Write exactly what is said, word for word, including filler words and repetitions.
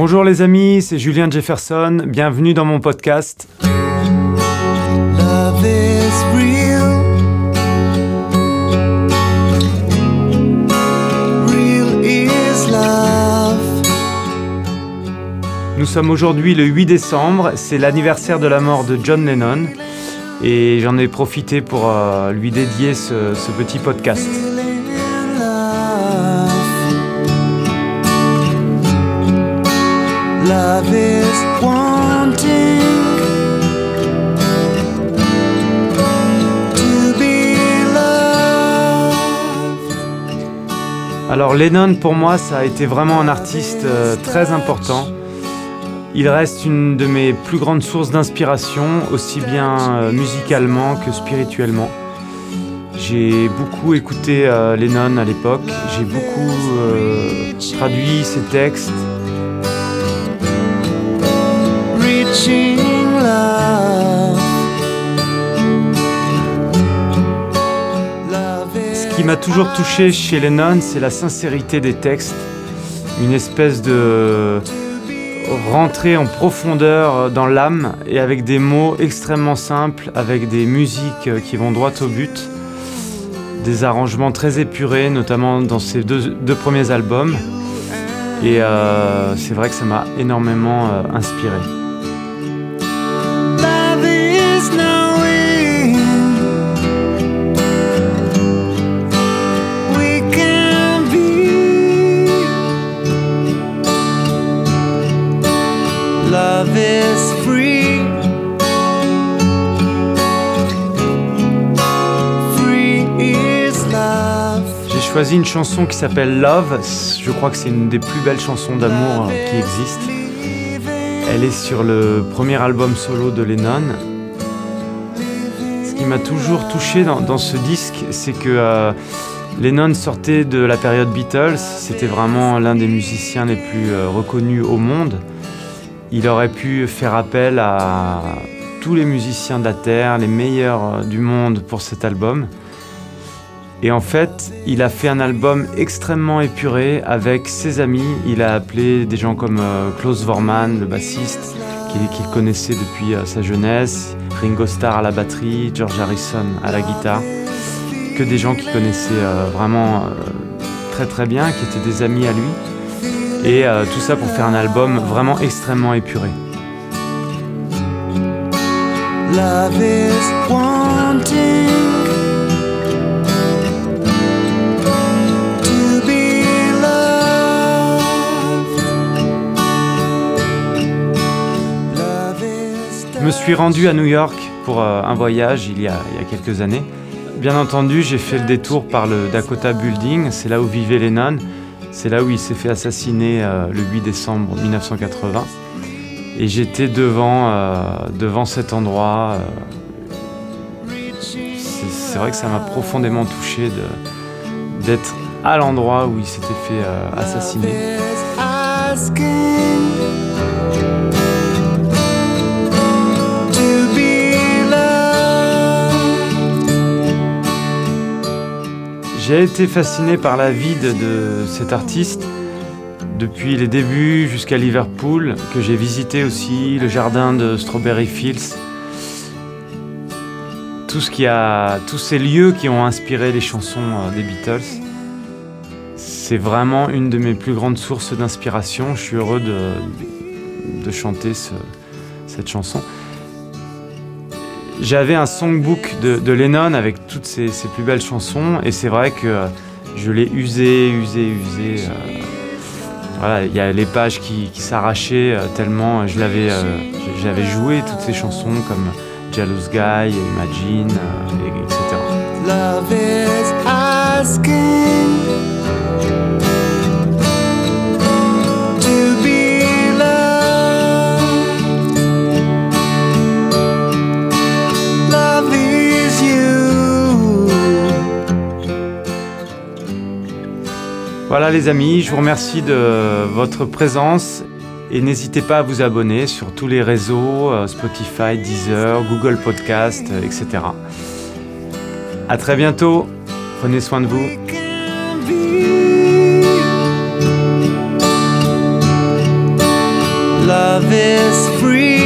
Bonjour les amis, c'est Julien Jefferson, bienvenue dans mon podcast. Love is real. Real is love. Nous sommes aujourd'hui le huit décembre, c'est l'anniversaire de la mort de John Lennon et j'en ai profité pour euh, lui dédier ce, ce petit podcast. Love is wanting to be loved. Alors Lennon pour moi ça a été vraiment un artiste euh, très important. Il reste une de mes plus grandes sources d'inspiration, aussi bien euh, musicalement que spirituellement. J'ai beaucoup écouté euh, Lennon à l'époque, j'ai beaucoup euh, traduit ses textes. Love. Love Ce qui m'a toujours touché chez Lennon, c'est la sincérité des textes, une espèce de rentrer en profondeur dans l'âme et avec des mots extrêmement simples, avec des musiques qui vont droit au but, des arrangements très épurés, notamment dans ses deux, deux premiers albums. Et euh, c'est vrai que ça m'a énormément euh, inspiré. Love is free. Free is love. J'ai choisi une chanson qui s'appelle Love. Je crois que c'est une des plus belles chansons d'amour qui existent. Elle est sur le premier album solo de Lennon. Ce qui m'a toujours touché dans, dans ce disque, c'est que euh, Lennon sortait de la période Beatles. C'était vraiment l'un des musiciens les plus euh, reconnus au monde. Il aurait pu faire appel à tous les musiciens de la Terre, les meilleurs du monde pour cet album. Et en fait, il a fait un album extrêmement épuré avec ses amis. Il a appelé des gens comme euh, Klaus Voormann, le bassiste, qu'il, qu'il connaissait depuis euh, sa jeunesse, Ringo Starr à la batterie, George Harrison à la guitare, que des gens qu'il connaissait euh, vraiment euh, très très bien, qui étaient des amis à lui. Et euh, tout ça pour faire un album vraiment extrêmement épuré. Love is wanting to be loved. Love is Je me suis rendu à New York pour euh, un voyage il y, a, il y a quelques années. Bien entendu, j'ai fait le détour par le Dakota Building, c'est là où vivait Lennon. C'est là où il s'est fait assassiner euh, le huit décembre dix-neuf cent quatre-vingts. Et j'étais devant, euh, devant cet endroit. Euh, c'est, c'est vrai que ça m'a profondément touché de, d'être à l'endroit où il s'était fait euh, assassiner. J'ai été fasciné par la vie de, de cet artiste depuis les débuts jusqu'à Liverpool, que j'ai visité aussi, le jardin de Strawberry Fields. Tout ce qui a, tous ces lieux qui ont inspiré les chansons des Beatles. C'est vraiment une de mes plus grandes sources d'inspiration. Je suis heureux de, de chanter ce, cette chanson. J'avais un songbook de, de Lennon avec toutes ses, ses plus belles chansons et c'est vrai que je l'ai usé, usé, usé. Euh, voilà, il y a les pages qui, qui s'arrachaient euh, tellement je l'avais, euh, j'avais joué toutes ces chansons comme Jealous Guy, Imagine, euh, et, etc. Love is asking to be loved. Love is you. Voilà les amis, je vous remercie de votre présence et n'hésitez pas à vous abonner sur tous les réseaux, euh, Spotify, Deezer, Google Podcast, euh, et cetera. À très bientôt, prenez soin de vous. Can be love is free.